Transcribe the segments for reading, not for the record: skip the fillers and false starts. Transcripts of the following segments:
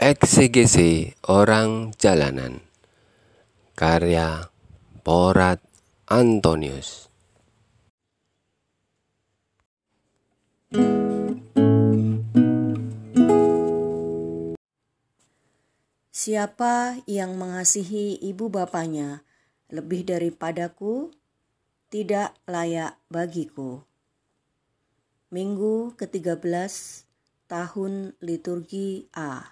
Eksegese Orang Jalanan, karya Porat Antonius. Siapa yang mengasihi ibu bapanya lebih daripadaku, tidak layak bagiku. Minggu ke-13 tahun liturgi A.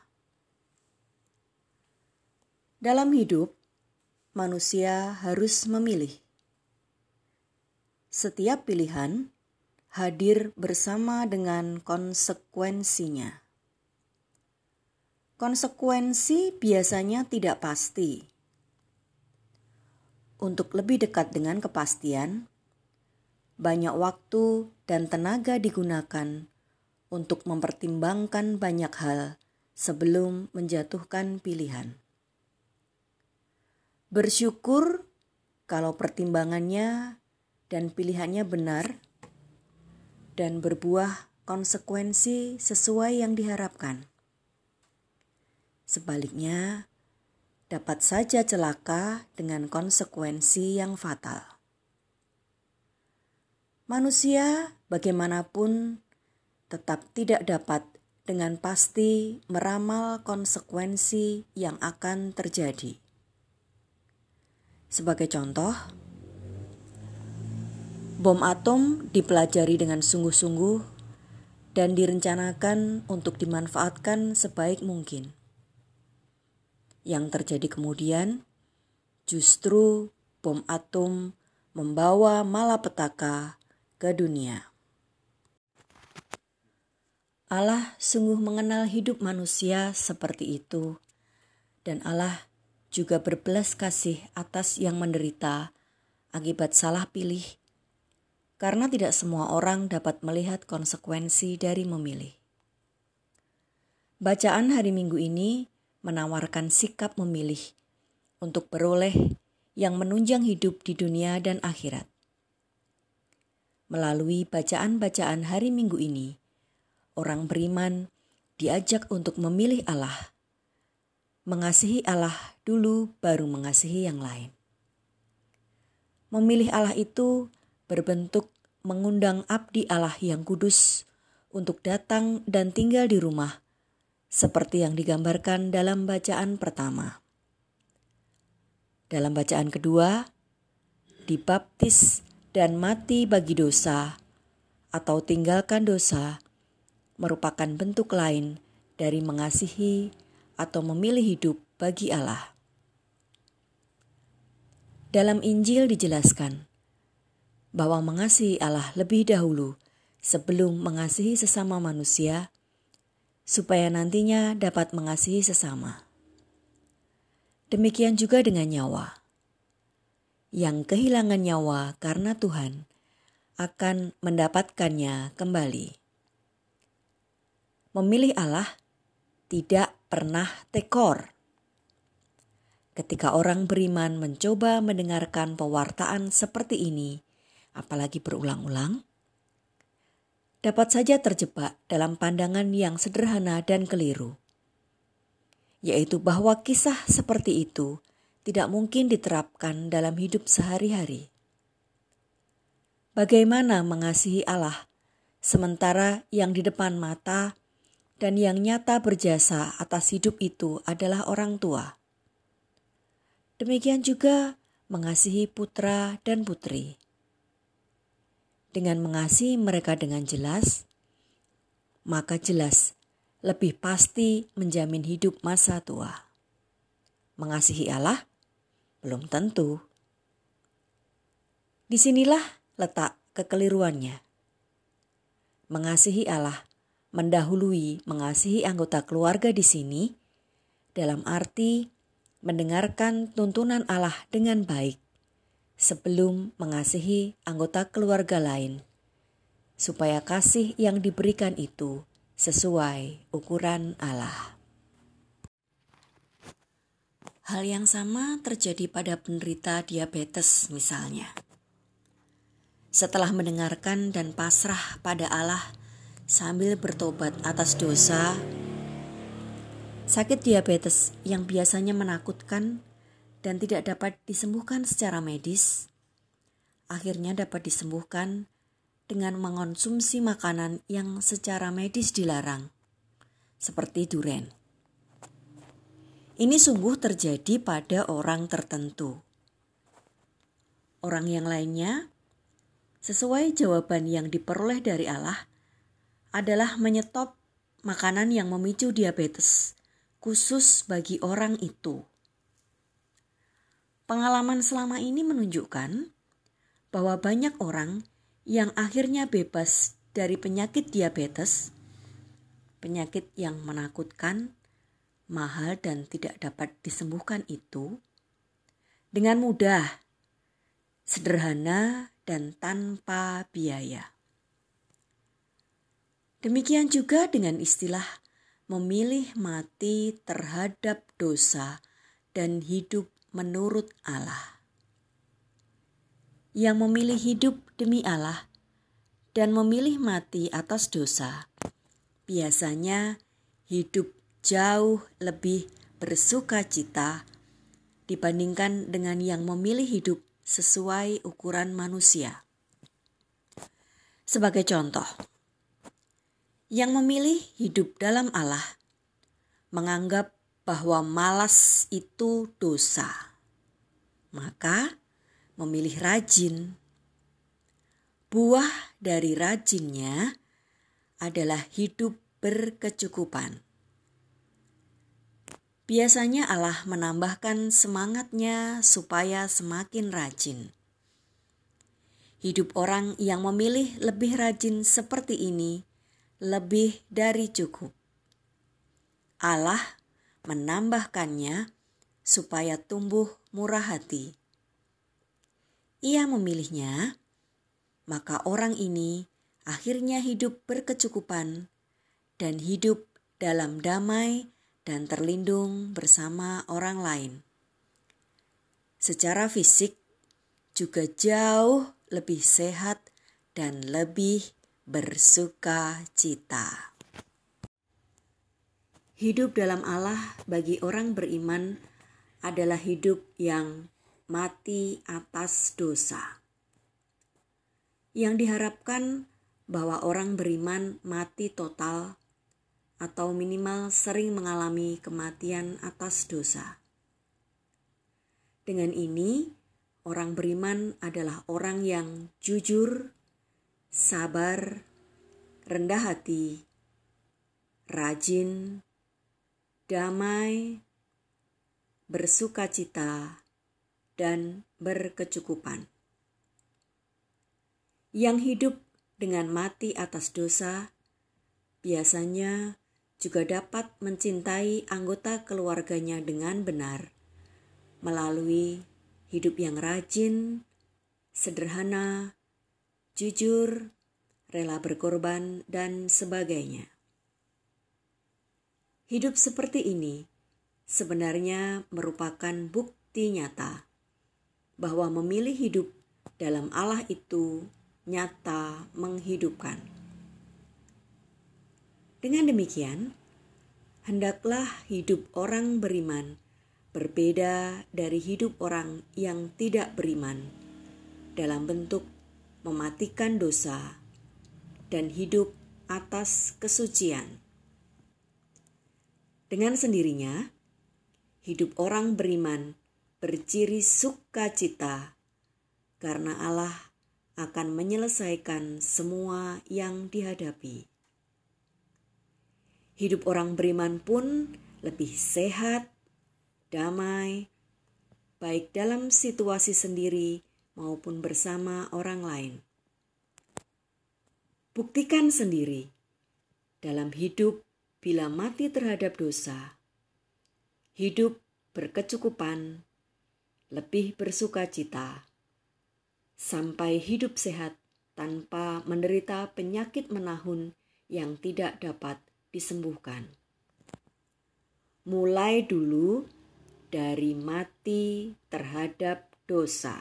Dalam hidup, manusia harus memilih. Setiap pilihan hadir bersama dengan konsekuensinya. Konsekuensi biasanya tidak pasti. Untuk lebih dekat dengan kepastian, banyak waktu dan tenaga digunakan untuk mempertimbangkan banyak hal sebelum menjatuhkan pilihan. Bersyukur kalau pertimbangannya dan pilihannya benar dan berbuah konsekuensi sesuai yang diharapkan. Sebaliknya, dapat saja celaka dengan konsekuensi yang fatal. Manusia bagaimanapun tetap tidak dapat dengan pasti meramal konsekuensi yang akan terjadi. Sebagai contoh, bom atom dipelajari dengan sungguh-sungguh dan direncanakan untuk dimanfaatkan sebaik mungkin. Yang terjadi kemudian, justru bom atom membawa malapetaka ke dunia. Allah sungguh mengenal hidup manusia seperti itu, dan Allah juga berbelas kasih atas yang menderita akibat salah pilih, karena tidak semua orang dapat melihat konsekuensi dari memilih. Bacaan hari Minggu ini menawarkan sikap memilih untuk beroleh yang menunjang hidup di dunia dan akhirat. Melalui bacaan-bacaan hari Minggu ini, orang beriman diajak untuk memilih Allah, mengasihi Allah dulu baru mengasihi yang lain. Memilih Allah itu berbentuk mengundang abdi Allah yang kudus untuk datang dan tinggal di rumah, seperti yang digambarkan dalam bacaan pertama. Dalam bacaan kedua, dibaptis dan mati bagi dosa atau tinggalkan dosa merupakan bentuk lain dari mengasihi atau memilih hidup bagi Allah. Dalam Injil dijelaskan bahwa mengasihi Allah lebih dahulu sebelum mengasihi sesama manusia, supaya nantinya dapat mengasihi sesama. Demikian juga dengan nyawa. Yang kehilangan nyawa karena Tuhan akan mendapatkannya kembali. Memilih Allah tidak pernah tekor. Ketika orang beriman mencoba mendengarkan pewartaan seperti ini, apalagi berulang-ulang, dapat saja terjebak dalam pandangan yang sederhana dan keliru, yaitu bahwa kisah seperti itu tidak mungkin diterapkan dalam hidup sehari-hari. Bagaimana mengasihi Allah sementara yang di depan mata dan yang nyata berjasa atas hidup itu adalah orang tua? Demikian juga mengasihi putra dan putri. Dengan mengasihi mereka dengan jelas, maka jelas lebih pasti menjamin hidup masa tua. Mengasihi Allah belum tentu. Disinilah letak kekeliruannya. Mengasihi Allah mendahului mengasihi anggota keluarga di sini, dalam arti mendengarkan tuntunan Allah dengan baik sebelum mengasihi anggota keluarga lain, supaya kasih yang diberikan itu sesuai ukuran Allah. Hal yang sama terjadi pada penderita diabetes misalnya. Setelah mendengarkan dan pasrah pada Allah sambil bertobat atas dosa, Sakit diabetes yang biasanya menakutkan dan tidak dapat disembuhkan secara medis, akhirnya dapat disembuhkan dengan mengonsumsi makanan yang secara medis dilarang, seperti duren. Ini sungguh terjadi pada orang tertentu. Orang yang lainnya, sesuai jawaban yang diperoleh dari Allah, adalah menyetop makanan yang memicu diabetes, khusus bagi orang itu. Pengalaman selama ini menunjukkan bahwa banyak orang yang akhirnya bebas dari penyakit diabetes, penyakit yang menakutkan, mahal dan tidak dapat disembuhkan itu, dengan mudah, sederhana dan tanpa biaya. Demikian juga dengan istilah memilih mati terhadap dosa dan hidup menurut Allah. Yang memilih hidup demi Allah dan memilih mati atas dosa, biasanya hidup jauh lebih bersukacita dibandingkan dengan yang memilih hidup sesuai ukuran manusia. Sebagai contoh, yang memilih hidup dalam Allah menganggap bahwa malas itu dosa, maka memilih rajin. Buah dari rajinnya adalah hidup berkecukupan. Biasanya Allah menambahkan semangatnya supaya semakin rajin. Hidup orang yang memilih lebih rajin seperti ini lebih dari cukup. Allah menambahkannya supaya tumbuh murah hati. Ia memilihnya, maka orang ini akhirnya hidup berkecukupan dan hidup dalam damai dan terlindung bersama orang lain. Secara fisik juga jauh lebih sehat dan lebih bersuka cita. Hidup dalam Allah bagi orang beriman adalah hidup yang mati atas dosa. Yang diharapkan bahwa orang beriman mati total atau minimal sering mengalami kematian atas dosa. Dengan ini, orang beriman adalah orang yang jujur, sabar, rendah hati, rajin, damai, bersukacita, dan berkecukupan. Yang hidup dengan mati atas dosa biasanya juga dapat mencintai anggota keluarganya dengan benar melalui hidup yang rajin, sederhana, jujur, rela berkorban, dan sebagainya. Hidup seperti ini sebenarnya merupakan bukti nyata bahwa memilih hidup dalam Allah itu nyata menghidupkan. Dengan demikian, hendaklah hidup orang beriman berbeda dari hidup orang yang tidak beriman dalam bentuk mematikan dosa dan hidup atas kesucian. Dengan sendirinya, hidup orang beriman berciri sukacita karena Allah akan menyelesaikan semua yang dihadapi. Hidup orang beriman pun lebih sehat, damai, baik dalam situasi sendiri maupun bersama orang lain. Buktikan sendiri dalam hidup bila mati terhadap dosa, hidup berkecukupan, lebih bersukacita, sampai hidup sehat tanpa menderita penyakit menahun yang tidak dapat disembuhkan. Mulai dulu dari mati terhadap dosa.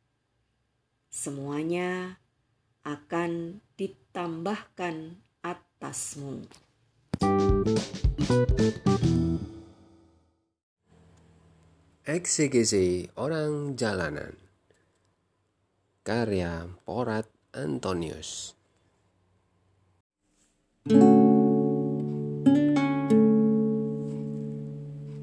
Semuanya akan ditambahkan atasmu. Eksekusi orang jalanan. Karya Porat Antonius.